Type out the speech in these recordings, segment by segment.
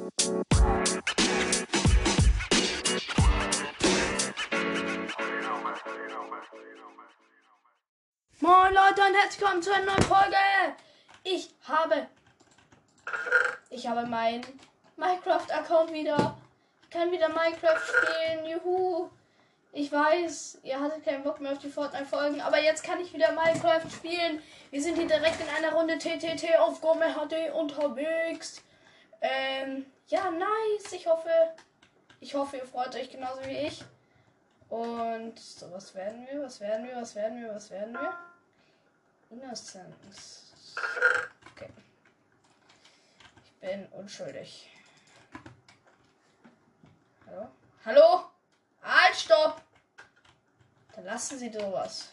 Moin Leute und herzlich willkommen zu einer neuen Folge. Ich habe meinen Minecraft-Account wieder. Ich kann wieder Minecraft spielen. Juhu. Ich weiß, ihr hattet keinen Bock mehr auf die Fortnite-Folgen, aber jetzt kann ich wieder Minecraft spielen. Wir sind hier direkt in einer Runde TTT auf Gourmet HD unterwegs. Ja, nice. Ich hoffe, ihr freut euch genauso wie ich. Und so, was werden wir? Innocence. Okay. Ich bin unschuldig. Hallo? Hallo? Halt, stopp! Dann lassen Sie sowas.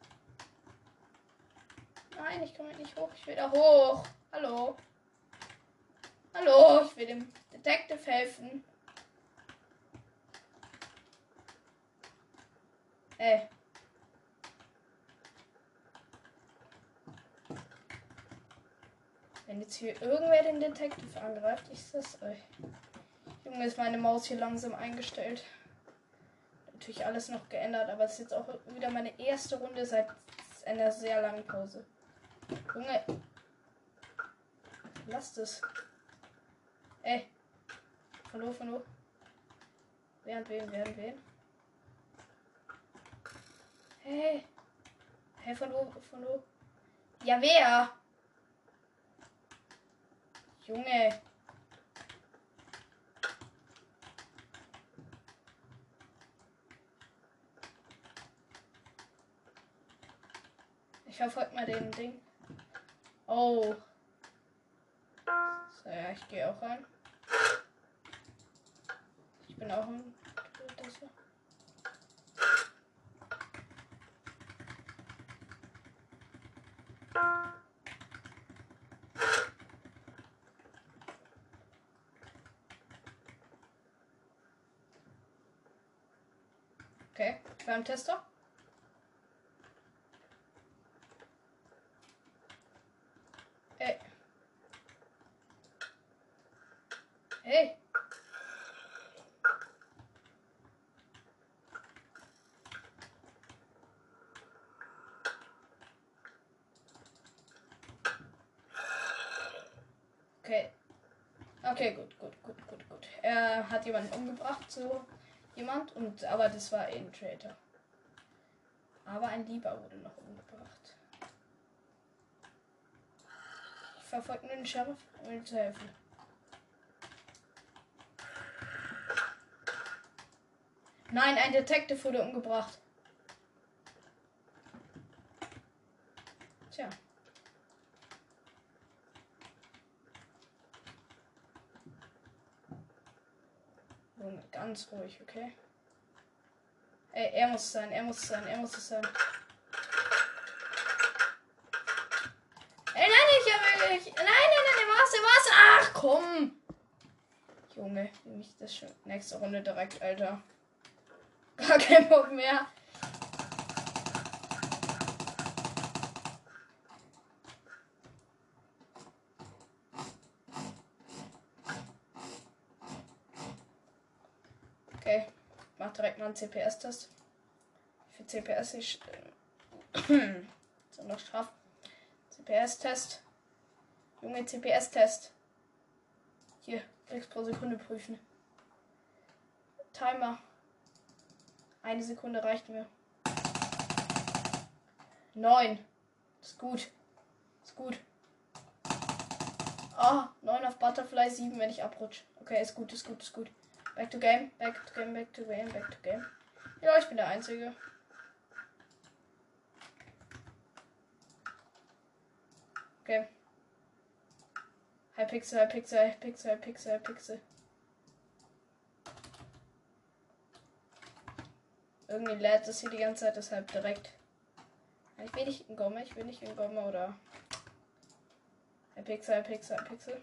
Nein, ich komme nicht hoch. Ich will da hoch. Hallo? Hallo? Ich will dem Detective helfen. Ey. Wenn jetzt hier irgendwer den Detective angreift, ist das euch. Junge, ist meine Maus hier langsam eingestellt. Natürlich alles noch geändert, aber es ist jetzt auch wieder meine erste Runde seit einer sehr langen Pause. Junge. Lasst es. Ey. Hallo. Wen? Hey. Hey, von wo? Ja, wer? Junge. Ich verfolge mal den Ding. Oh. So, ja, ich gehe auch rein. Ich bin auch ein... Okay, wir haben Tester. Ey. Hey. Okay, gut. Er hat jemanden umgebracht, so jemand, aber das war ein Traitor. Aber ein Lieber wurde noch umgebracht. Ich verfolge nur den Sheriff, um ihm zu helfen. Nein, ein Detective wurde umgebracht. Tja. Ganz ruhig, okay? Ey, er muss es sein. Ey, nein, was? Ach, komm! Junge, nehme ich das schon. Nächste Runde direkt, Alter. Gar kein Bock mehr. Okay, mach direkt mal einen CPS-Test. Für CPS ich so noch straff. CPS-Test. Junge, CPS-Test. Hier, 6 pro Sekunde prüfen. Timer. 1 Sekunde reicht mir. 9. Ist gut. Ah, 9 auf Butterfly, 7, wenn ich abrutsche. Okay, ist gut. Back to game. Ja, ich bin der Einzige. Okay. Hypixel. Irgendwie lädt es hier die ganze Zeit, deshalb direkt. Ich will nicht in Gomme, oder. Hypixel. Hypixel.net.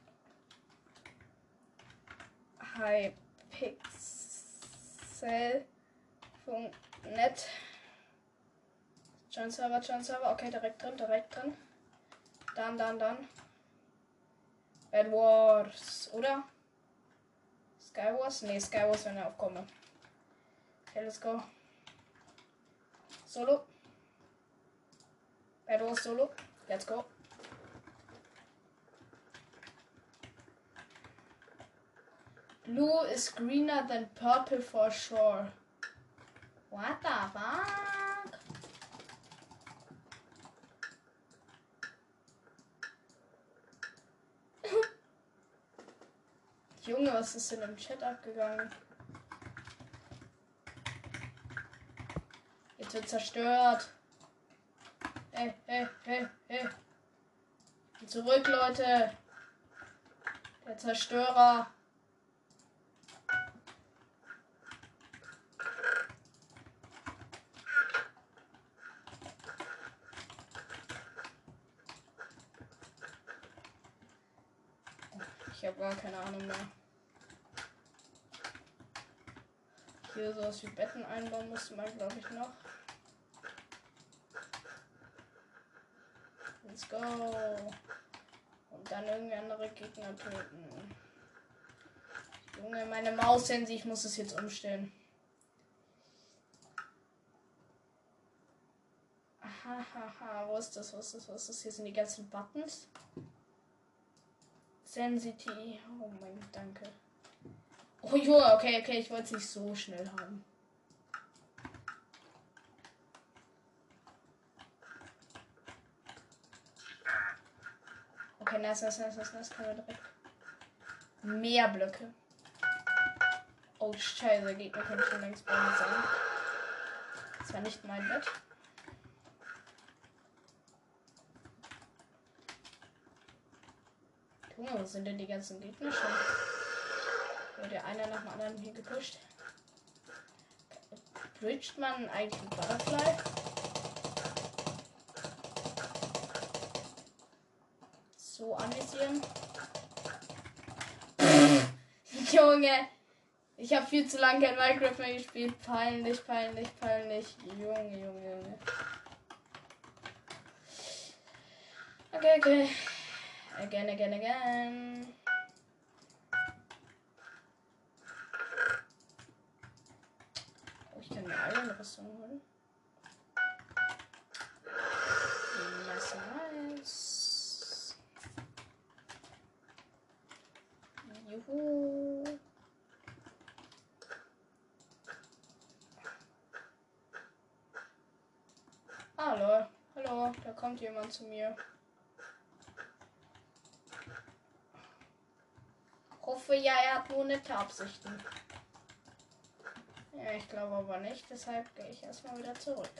Join Server. Okay, direkt drin. Dann. Bad Wars, oder? Skywars? Ne, Skywars, wenn er aufkomme. Okay, let's go. Solo. Bad Wars Solo. Let's go. Blue is greener than purple for sure. What the fuck? Junge, was ist denn im Chat abgegangen? Jetzt wird zerstört. Hey, hey, hey, hey. Zurück, Leute. Der Zerstörer. Ich habe gar keine Ahnung mehr. Hier sowas wie Betten einbauen musste man, glaube ich, noch. Let's go. Und dann irgendwie andere Gegner töten. Junge, meine Maus-Sense, ich muss es jetzt umstellen. Hahaha, wo ist das? Was ist das? Was ist das? Hier sind die ganzen Buttons. Sensitivity. Oh mein Gott, danke. Oh Junge, okay, ich wollte es nicht so schnell haben. Okay, nice. Kann man direkt. Mehr Blöcke. Oh scheiße, der Gegner könnte schon längst bei mir sein. Das war nicht mein Bett. Junge, wo sind denn die ganzen Gegner schon? Wird ja einer nach dem anderen hier gepusht. Bridget man eigentlich mit Butterfly? So anvisieren. Junge! Ich habe viel zu lange kein Minecraft mehr gespielt. Peinlich. Junge. Okay. Again. Oh, ich kann mir alle Rüstung holen. Nice. Juhu. Hallo, da kommt jemand zu mir. Hoffe ja, er hat nur nette Absichten. Ja, ich glaube aber nicht, deshalb gehe ich erstmal wieder zurück.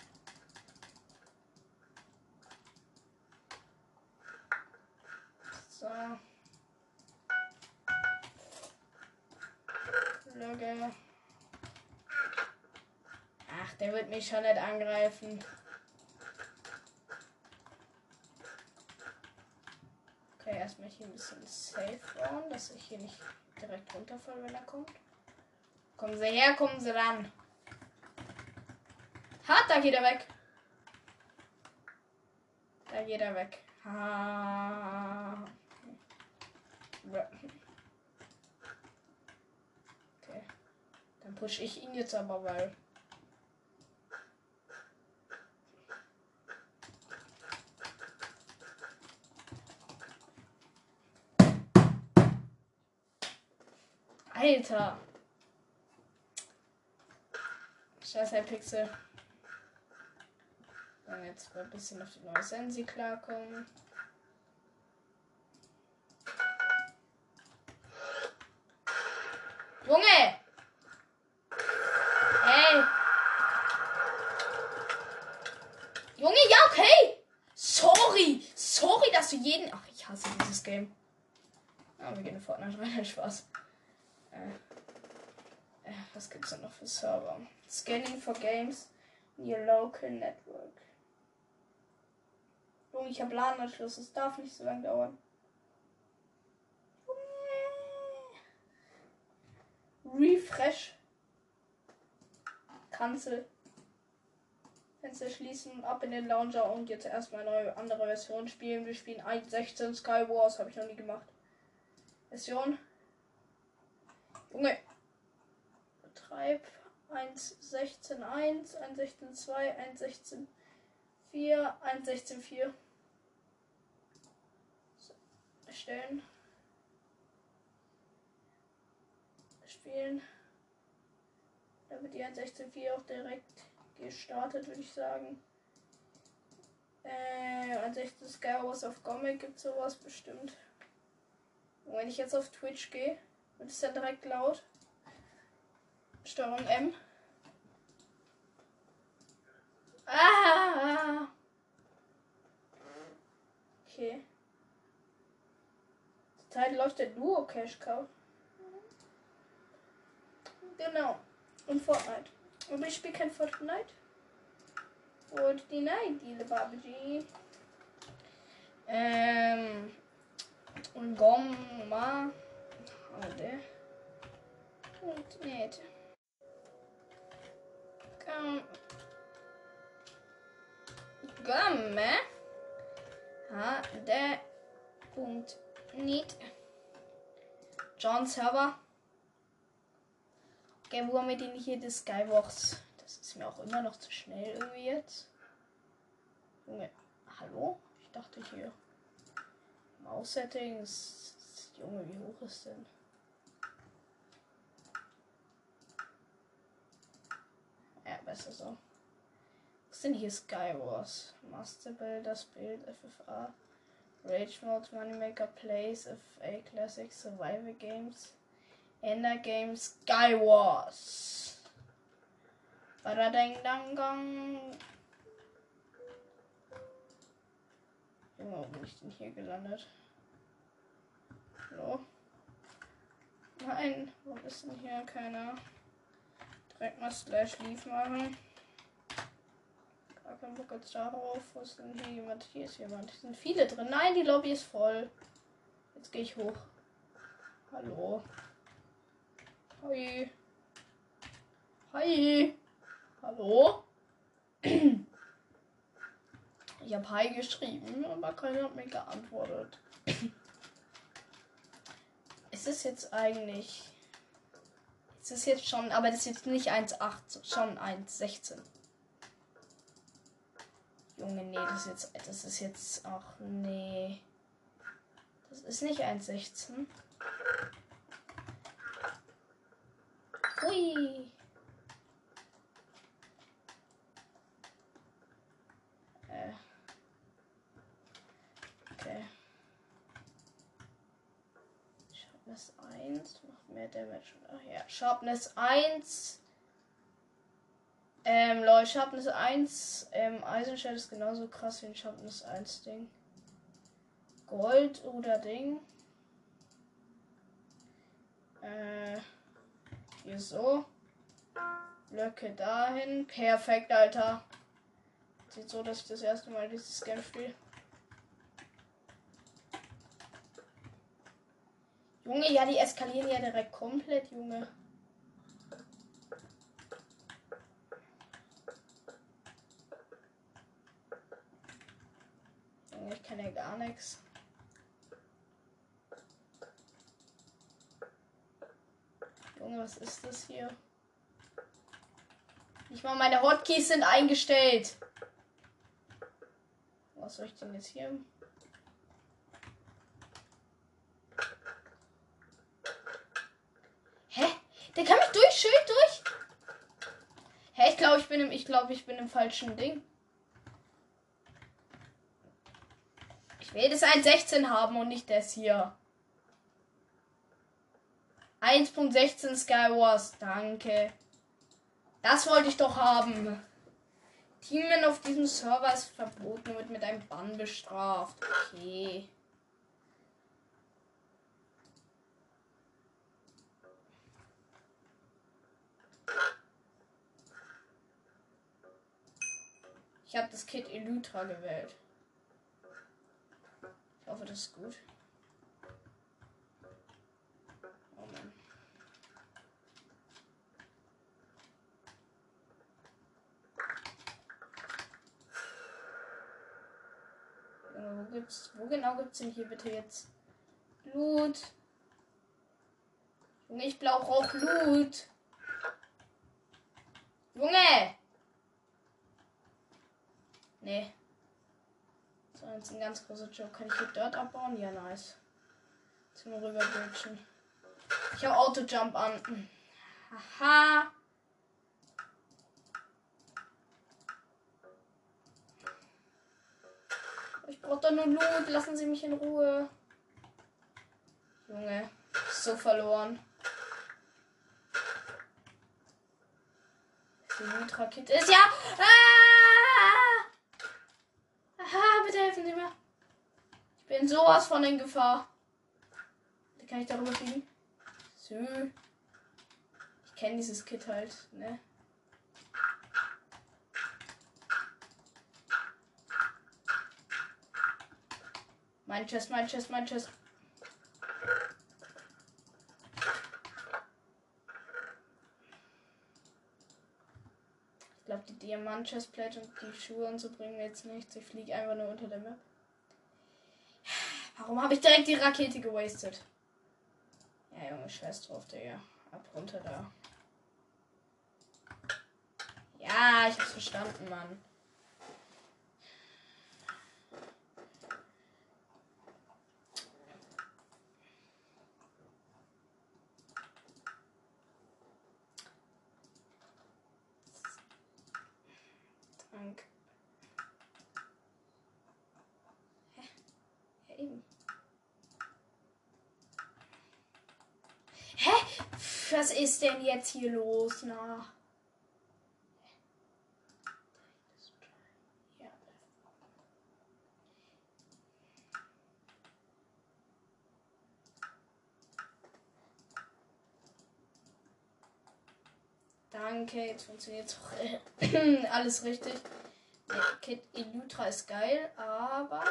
So. Lüge. Ach, der wird mich schon nicht angreifen. Okay, erstmal hier ein bisschen safe bauen, dass ich hier nicht direkt runterfalle, wenn er kommt. Kommen Sie her, kommen Sie ran. Ha, da geht er weg. Ha. Okay. Dann push ich ihn jetzt aber, weil... Alter. Scheiß Pixel. Dann jetzt mal ein bisschen auf die neue Sensi klarkommen. Junge! Hey! Junge, ja, okay! Sorry, dass du jeden... Ach, ich hasse dieses Game. Ah, wir gehen in Fortnite rein, Spaß. Was gibt's denn noch für Server? Scanning for Games in your local network. Junge, ich habe LAN-Anschluss. Es darf nicht so lange dauern. Refresh. Cancel. Fenster schließen, ab in den Launcher und jetzt erstmal eine andere Version spielen. Wir spielen 1.16 Skywars, habe ich noch nie gemacht. Version. Junge. Betreib 1.16.1, 1.16.2, 1.16.4, 1.16.4. So, erstellen. Spielen. Da wird die 1.16.4 auch direkt gestartet, würde ich sagen. 1.16 Skywars auf Comic gibt sowas bestimmt. Und wenn ich jetzt auf Twitch gehe, wird es dann direkt laut. Steuerung M. Ah! Okay. Zurzeit läuft der Duo Cash Cow. Genau. Und Fortnite. Aber ich spiele kein Fortnite. Fortnite, diese Babaji. Und Gomma. Und nicht. Gomme. Und nicht. John Server. Okay, wo haben wir denn hier das Skywars? Das ist mir auch immer noch zu schnell irgendwie jetzt. Junge, hallo? Ich dachte hier. Maus-Settings. Junge, wie hoch ist denn? Ja, besser so. Was sind hier Skywars? Master Build, das Bild, FFA, Rage Mode, Moneymaker, Plays, FA Classics, Survival Games, Ender Games, Skywars. Badadang-dang-gang. Junge, wo bin ich denn hier gelandet? Hallo? Nein, wo ist denn hier keiner? Direkt mal /leave machen. Gar keinen Bock jetzt darauf. Wo ist denn hier jemand? Hier ist jemand. Hier sind viele drin. Nein, die Lobby ist voll. Jetzt gehe ich hoch. Hallo. Hi. Hi. Hallo. Ich habe Hi geschrieben, aber keiner hat mir geantwortet. Ist es jetzt eigentlich... Es ist jetzt schon... Aber das ist jetzt nicht 1,8, schon 1,16. Junge, nee, das ist jetzt... Ach, nee. Das ist nicht 1,16. Hui. Okay. Sharpness 1 macht mehr Damage. Ach ja, Sharpness 1. Leute, Sharpness 1. Eisenschwert ist genauso krass wie ein Sharpness 1 Ding. Gold oder Ding. Hier so. Blöcke dahin. Perfekt, Alter. Sieht so, dass ich das erste Mal dieses Game spiele. Junge, ja, die eskalieren ja direkt komplett, Junge. Junge, ich kann ja gar nichts. Junge, was ist das hier? Nicht mal meine Hotkeys sind eingestellt. Was soll ich denn jetzt hier? Hä? Der kann mich durch, Schild durch. Hä, ich glaube, ich bin im falschen Ding. Ich will das 1,16 haben und nicht das hier. 1.16 Skywars, danke. Das wollte ich doch haben. Teamen auf diesem Server ist verboten, wird mit einem Bann bestraft. Okay. Ich habe das Kit Elytra gewählt. Ich hoffe, das ist gut. Oh Mann. Wo genau gibt's denn hier bitte jetzt Blut? Junge, ich brauche auch Loot. Junge! Nee. So, jetzt ein ganz großer Job. Kann ich hier Dirt abbauen? Ja, nice. Jetzt nur rüber bridgen. Ich habe Auto-Jump an. Haha. Ich brauche doch nur Loot. Lassen Sie mich in Ruhe. Junge, so verloren. Die Loot-Rakete ist ja. Aha, bitte helfen Sie mir. Ich bin sowas von in Gefahr. Kann ich darüber fliegen? So. Ich kenne dieses Kit halt, ne? Mein Chest, mein Chest, mein Chest. Ich glaube, die Diamant-Chestplate und die Schuhe und so bringen mir jetzt nichts. Ich fliege einfach nur unter der Map. Warum habe ich direkt die Rakete gewastet? Ja, Junge, scheiß drauf, Digga. Ab runter da. Ja, ich hab's verstanden, Mann. Danke. Hä? Ja, eben. Hä? Was ist denn jetzt hier los? Na. Ja. Danke, jetzt funktioniert auch alles richtig. Der Kit Elytra ist geil, aber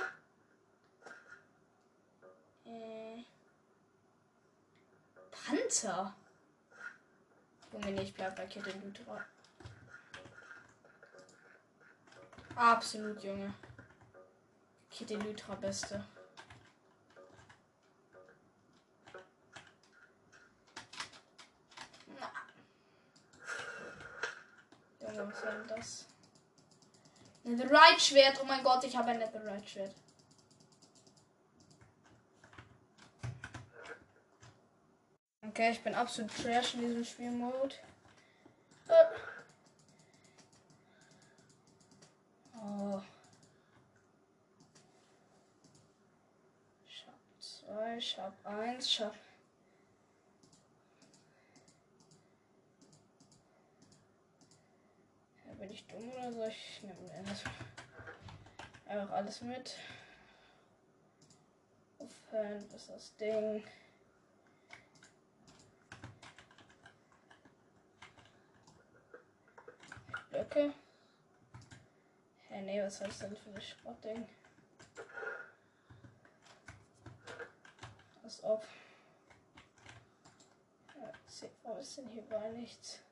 Panzer. Junge, nee, ich bleib bei Kit Elytra. Absolut, Junge. Kit Elytra beste. Na. Junge, was war denn das? Netherite-Schwert. Oh mein Gott, ich habe ein Netherite-Schwert. Okay, ich bin absolut trash in diesem Spielmode. Oh. Shop 2, Shop 1, Shop. Ja, bin ich dumm oder so? Ich nehme einfach alles mit. Aufhören, was ist das Ding? Blöcke. Hä, nee, was heißt denn für das Schrottding? Pass auf. Ja, warum ist denn hier gar nichts?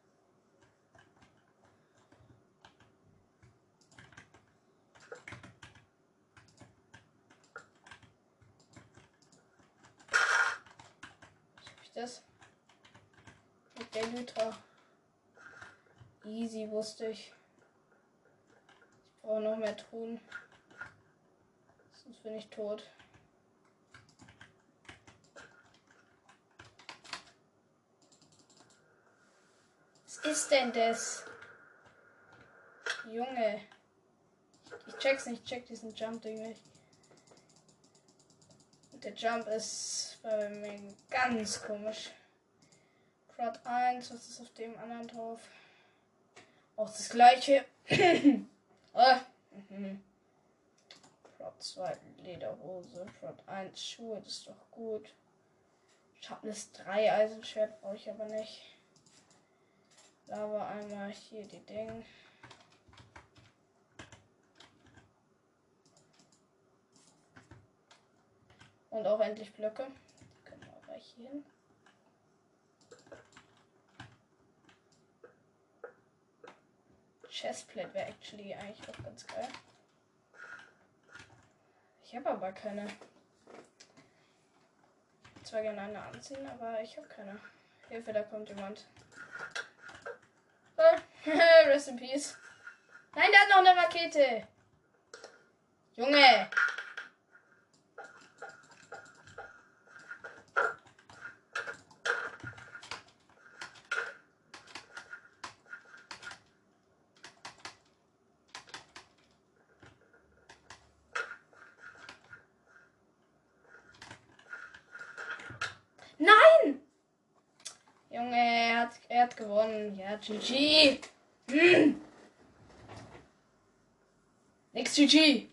Hab ich das? Mit der Lytra. Easy, wusste ich. Ich brauche noch mehr Truhen. Sonst bin ich tot. Was ist denn das? Junge. Ich check's nicht, check diesen Jump-Ding nicht. Und der Jump ist bei mir ganz komisch. Prod 1, was ist auf dem anderen drauf? Auch das gleiche. Prod 2 Lederhose. Prod 1 Schuhe, das ist doch gut. Sharpness 3 Eisenschwert brauche ich aber nicht. Lava einmal hier die Dinge. Und auch endlich Blöcke. Die können wir gleich hier hin. Chestplate wäre actually eigentlich auch ganz geil. Ich habe aber keine. Ich würde zwar gerne eine anziehen, aber ich habe keine. Hilfe, da kommt jemand. Rest in Peace. Nein, der hat noch eine Rakete. Junge. Nein! Junge, er hat gewonnen. Ja, GG. Nix GG.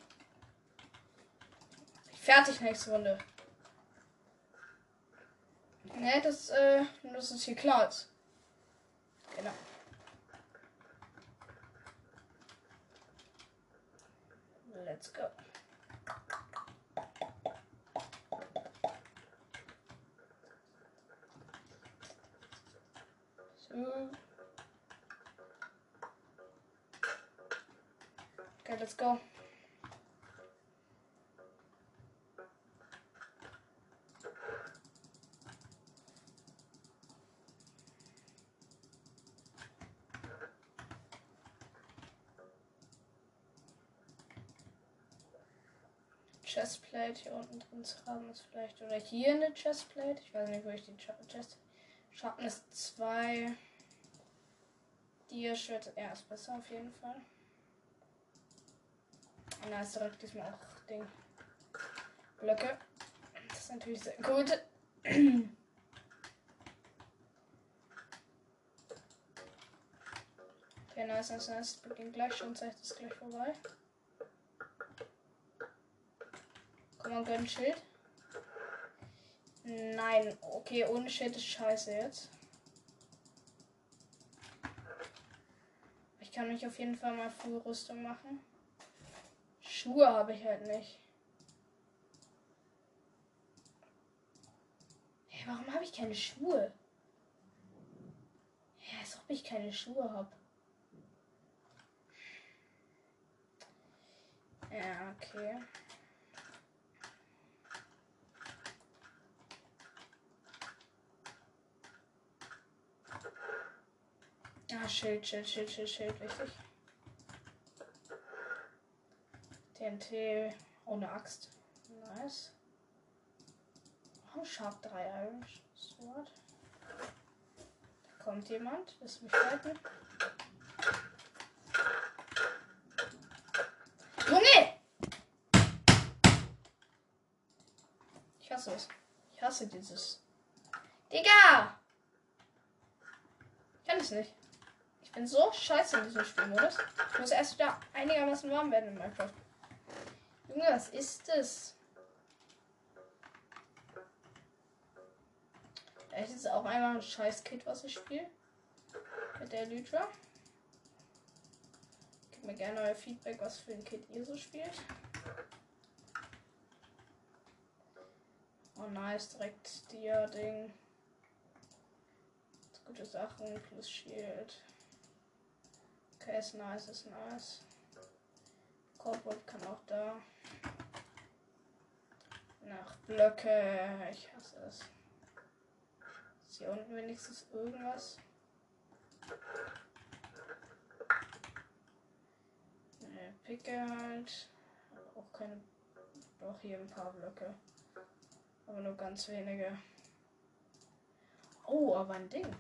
Fertig, nächste Runde. Ne, das ist hier klar ist. Genau. Let's go. So. Okay, let's go. Chestplate hier unten drin zu haben ist vielleicht. Oder hier eine Chestplate. Ich weiß nicht, wo ich die Chest. Schatten ist 2. Dia-Schwert, ja, ist besser auf jeden Fall. Und da ist direkt diesmal auch Ding. Blöcke. Das ist natürlich sehr gut. Okay, nice. Beginnt gleich schon, Zeit ist gleich vorbei. Komm mal, gönn Schild. Nein, okay, ohne Schild ist scheiße jetzt. Ich kann mich auf jeden Fall mal früh Rüstung machen. Schuhe habe ich halt nicht. Hey, warum habe ich keine Schuhe? Ja, als ob ich keine Schuhe habe. Ja, okay. Ah, Schild, wichtig. TNT ohne Axt. Nice. Oh, Sharp 3 Iron Sword. Da kommt jemand. Willst du mich halten? Junge! Ich hasse es. Ich hasse dieses. Digga! Ich kann es nicht. Ich bin so scheiße in diesem Spielmodus. Ich muss erst wieder einigermaßen warm werden in Minecraft. Junge, was ist das? Echt ist auch einmal ein scheiß Kit, was ich spiele. Mit der Elytra. Gebt mir gerne euer Feedback, was für ein Kit ihr so spielt. Oh nice, direkt Dia-Ding. Gute Sachen plus Shield. Okay, ist nice. Cobalt kann auch da. Nach Blöcke. Ich hasse es. Ist hier unten wenigstens irgendwas? Ne, Picke halt. Auch keine. Doch hier ein paar Blöcke. Aber nur ganz wenige. Oh, aber ein Ding.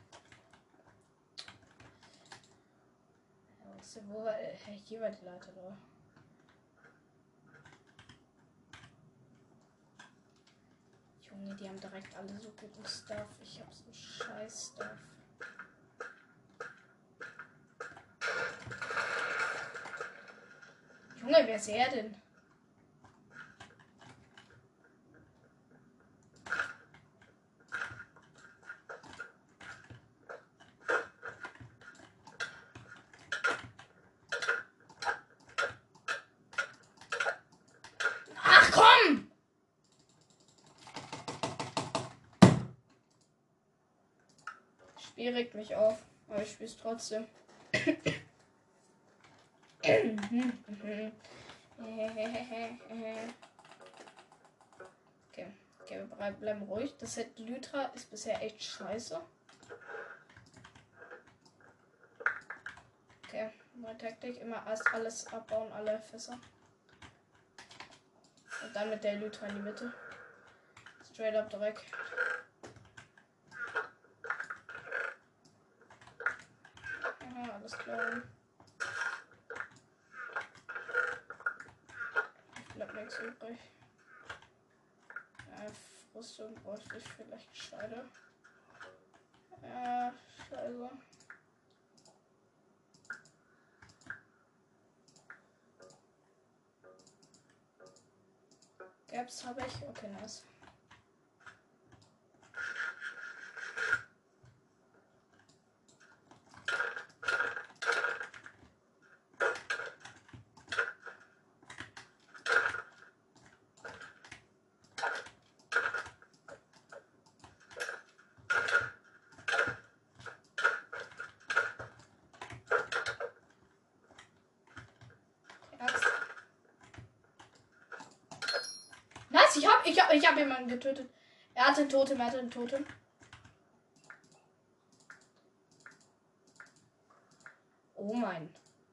Wo war, hier war die Leiter da. Junge, die haben direkt alle so guten Stuff. Ich hab so scheiß Stuff. Junge, wer ist er denn? Ach komm! Das Spiel regt mich auf, aber ich spiele es trotzdem. Okay, wir bleiben ruhig. Das Set Elytra ist bisher echt scheiße. Okay, neue Taktik. Immer erst alles abbauen, alle Fässer. Und dann mit der Elytra in die Mitte. Straight up direkt. Aha, alles klar. Bleibt nichts übrig. Rüstung bräuchte ich vielleicht Scheide. Scheiße. Gaps habe ich. Okay, nice. Nice, ich hab jemanden getötet. Er hatte einen Totem. Oh mein.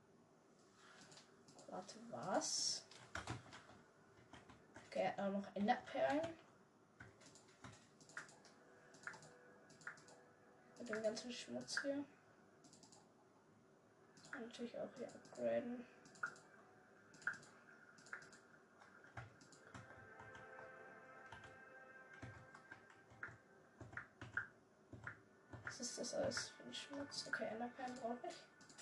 Warte, was? Okay, er hat auch noch Enderperlen. Mit dem ganzen Schmutz hier. Kann natürlich auch hier upgraden. Was ist das alles für ein Schmutz? Okay, Enderperlen brauche ich.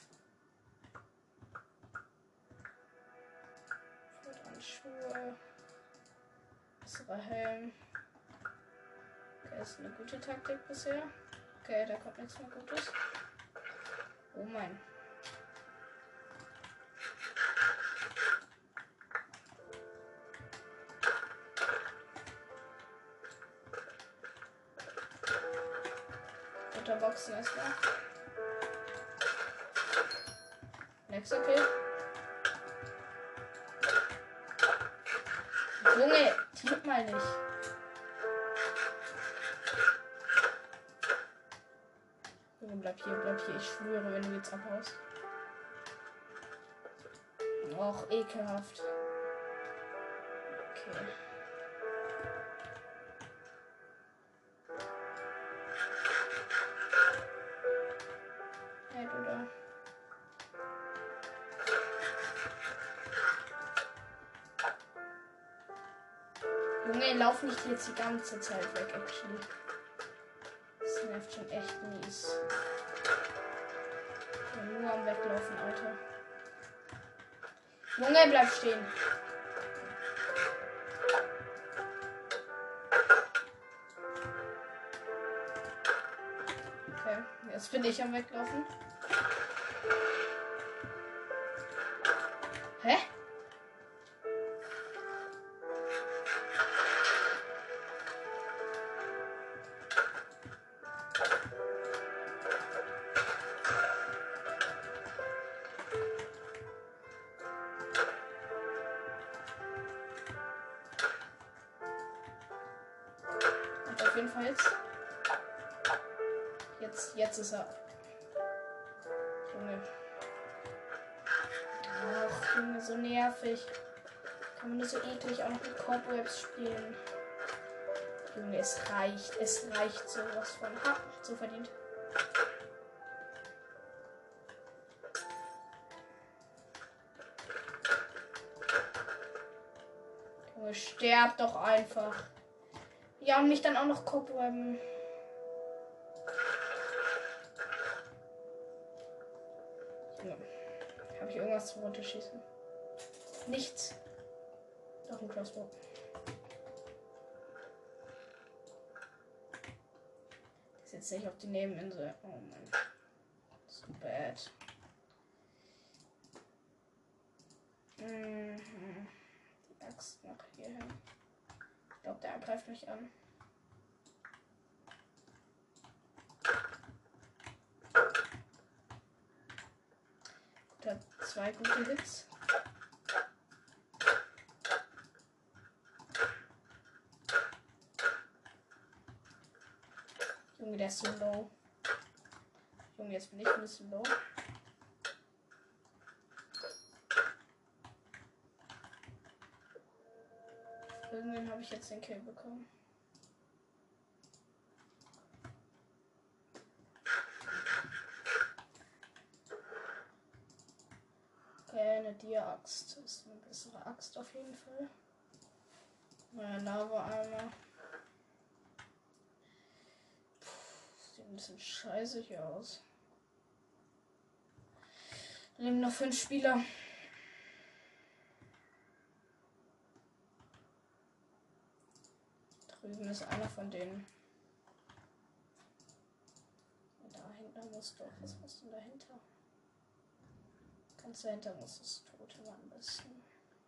Schuhe. Besserer Helm. Okay, ist eine gute Taktik bisher. Okay, da kommt nichts mehr Gutes. Oh mein. Boxen erstmal. Nächster Kill. Junge, tipp mal nicht. Junge, bleib hier. Ich schwöre, wenn du jetzt abhaust. Och, ekelhaft. Okay. Hey, du da. Junge, lauf nicht jetzt die ganze Zeit weg, actually. Das nervt schon echt mies. Ich bin nur am Weglaufen, Alter. Junge, bleib stehen. Okay, jetzt bin ich am Weglaufen. Hä? Auf jeden Fall jetzt ist er. Junge. Ach, Junge, so nervig. Kann man nur so eklig auch noch mit Cobwebs spielen. Junge, es reicht sowas von. Ha, so verdient. Junge, sterb doch einfach. Ja, und mich dann auch noch Cobwebben. Ja. Habe ich irgendwas zum Runterschießen? Nichts. Doch ein Crossbow. Das ist jetzt nicht auf die Nebeninsel. Oh Mann. So bad. Die Axt noch hier hin. Ich glaube, der greift mich an. Gut, hat 2 gute Hits. Junge, der ist so low. Junge, jetzt bin ich ein bisschen low. Irgendwann habe ich jetzt den Kill bekommen. Okay, eine Dia-Axt ist eine bessere Axt auf jeden Fall. Naja, Lava-Eimer. Sieht ein bisschen scheiße hier aus. Da leben noch 5 Spieler. Drüben ist einer von denen. Dahinter muss doch. Was ist denn dahinter? Ganz dahinter muss das Tote am besten.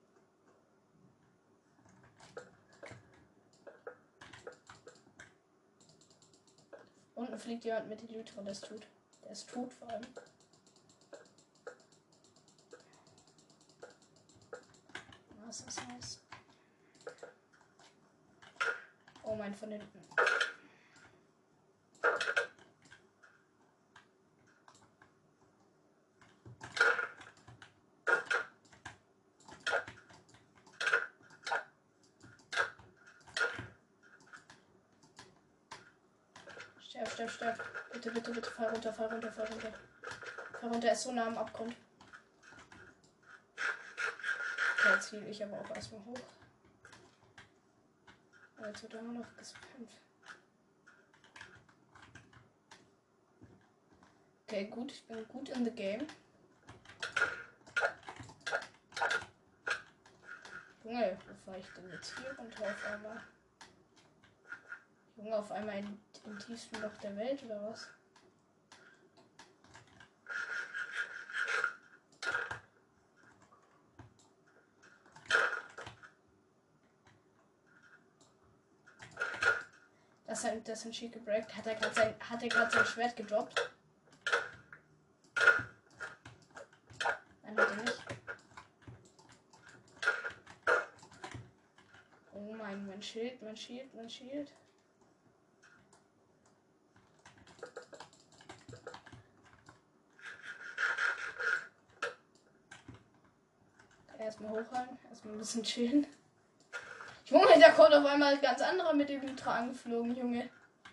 Unten fliegt jemand mit Elytra, der ist tot vor allem. Das ist nice. Oh mein, von hinten. Sterb. Bitte, fall runter. Fall runter, er ist so nah am Abgrund. Okay, jetzt heal ich aber auch erstmal hoch. Jetzt wird er immer noch gespammt. Okay, gut, ich bin gut in the game. Junge, wo fahre ich denn jetzt hier runter auf einmal? Junge, auf einmal im tiefsten Loch der Welt oder was? Das ist ein Schild gebreakt. Hat er gerade sein Schwert gedroppt? Nein, hat er nicht. Oh mein Schild. Erstmal hochhalten, erstmal ein bisschen chillen. Junge, da kommt auf einmal ein ganz anderer mit dem Hydra angeflogen, Junge.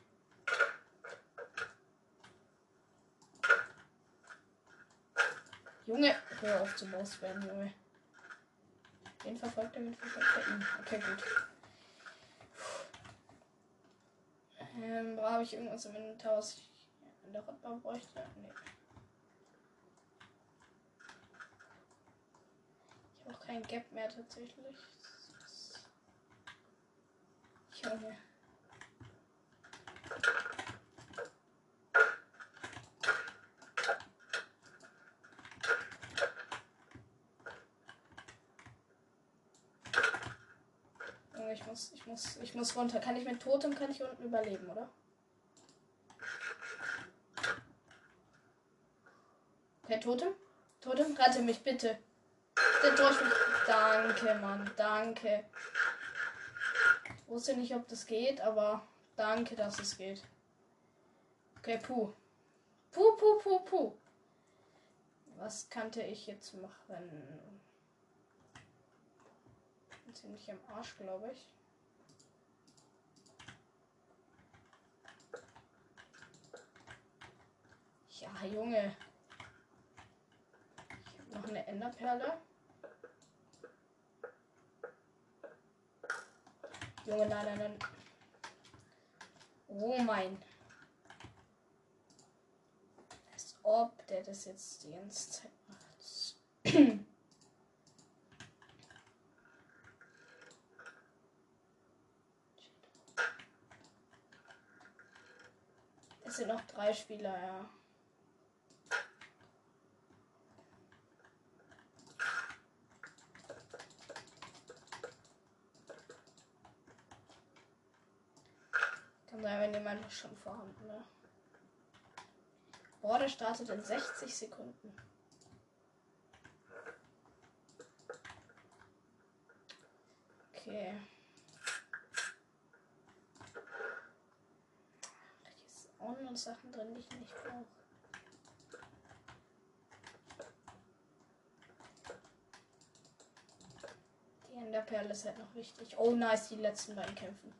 Junge, hör auf zu Boss werden, Junge. Den verfolgt er ihn. Okay, gut. Habe ich irgendwas im Inventar, was ich in der Hotbar bräuchte? Nee. Ich habe auch kein Gap mehr tatsächlich. Junge. Ich muss runter. Kann ich mit Totem unten überleben, oder? Okay, Totem, rette mich bitte. Danke, Mann, danke. Ich wusste nicht, ob das geht, aber danke, dass es geht. Okay, Puh. Was könnte ich jetzt machen? Bin ziemlich am Arsch, glaube ich. Ja, Junge. Ich habe noch eine Enderperle. Junge, nein. Oh mein. Als ob der das jetzt die ganze Zeit macht. Es sind noch 3 Spieler, ja. Kann sein, wenn jemand einfach schon vorhanden, ne? Boah, der startet in 60 Sekunden. Okay. Hier sind auch noch Sachen drin, die ich nicht brauche. in der Perle ist halt noch wichtig. Oh, nice, die letzten beiden Kämpfen.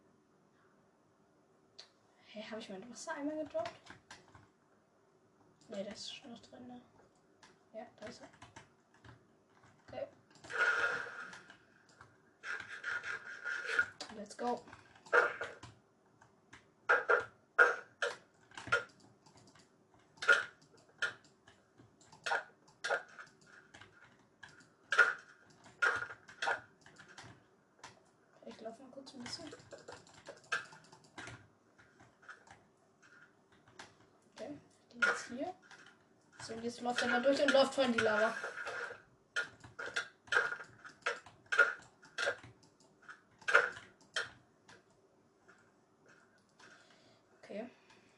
Hey, habe ich mein Wasser einmal gedroppt? Ne, das ist noch drin, ne? Ja, da ist er. Okay. Let's go. Ich laufe mal kurz ein bisschen. Okay, die jetzt hier. So, und jetzt läuft er mal durch und läuft voll in die Lava. Okay.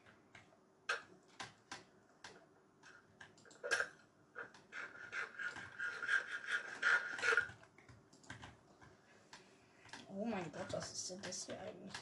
Oh mein Gott, was ist denn das hier eigentlich?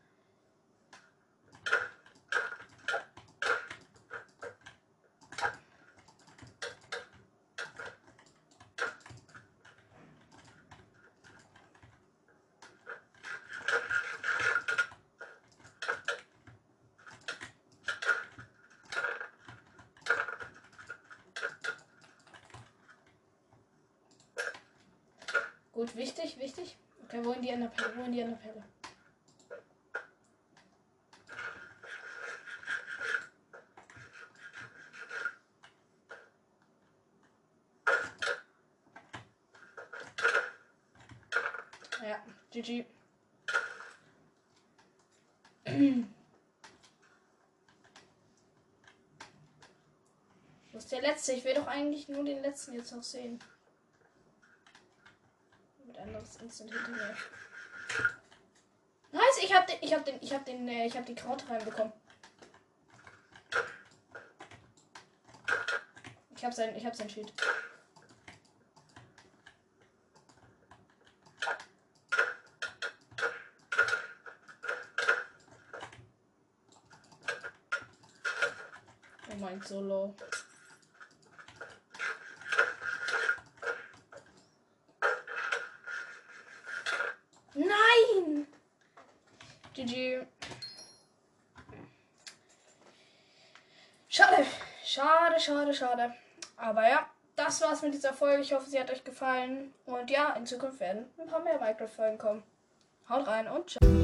Gut, wichtig, wichtig. Okay, wo in die Enderperle? Wo in die Enderperle? Ja, GG. Wo ist der letzte? Ich will doch eigentlich nur den letzten jetzt noch sehen. Mit anderes Instant hinter mir. Nice, ich hab die Kraut reinbekommen. Ich hab sein Schild. Oh mein Solo. Nein! GG. Schade. Schade. Aber ja, das war's mit dieser Folge. Ich hoffe, sie hat euch gefallen. Und ja, in Zukunft werden ein paar mehr Minecraft-Folgen kommen. Haut rein und ciao.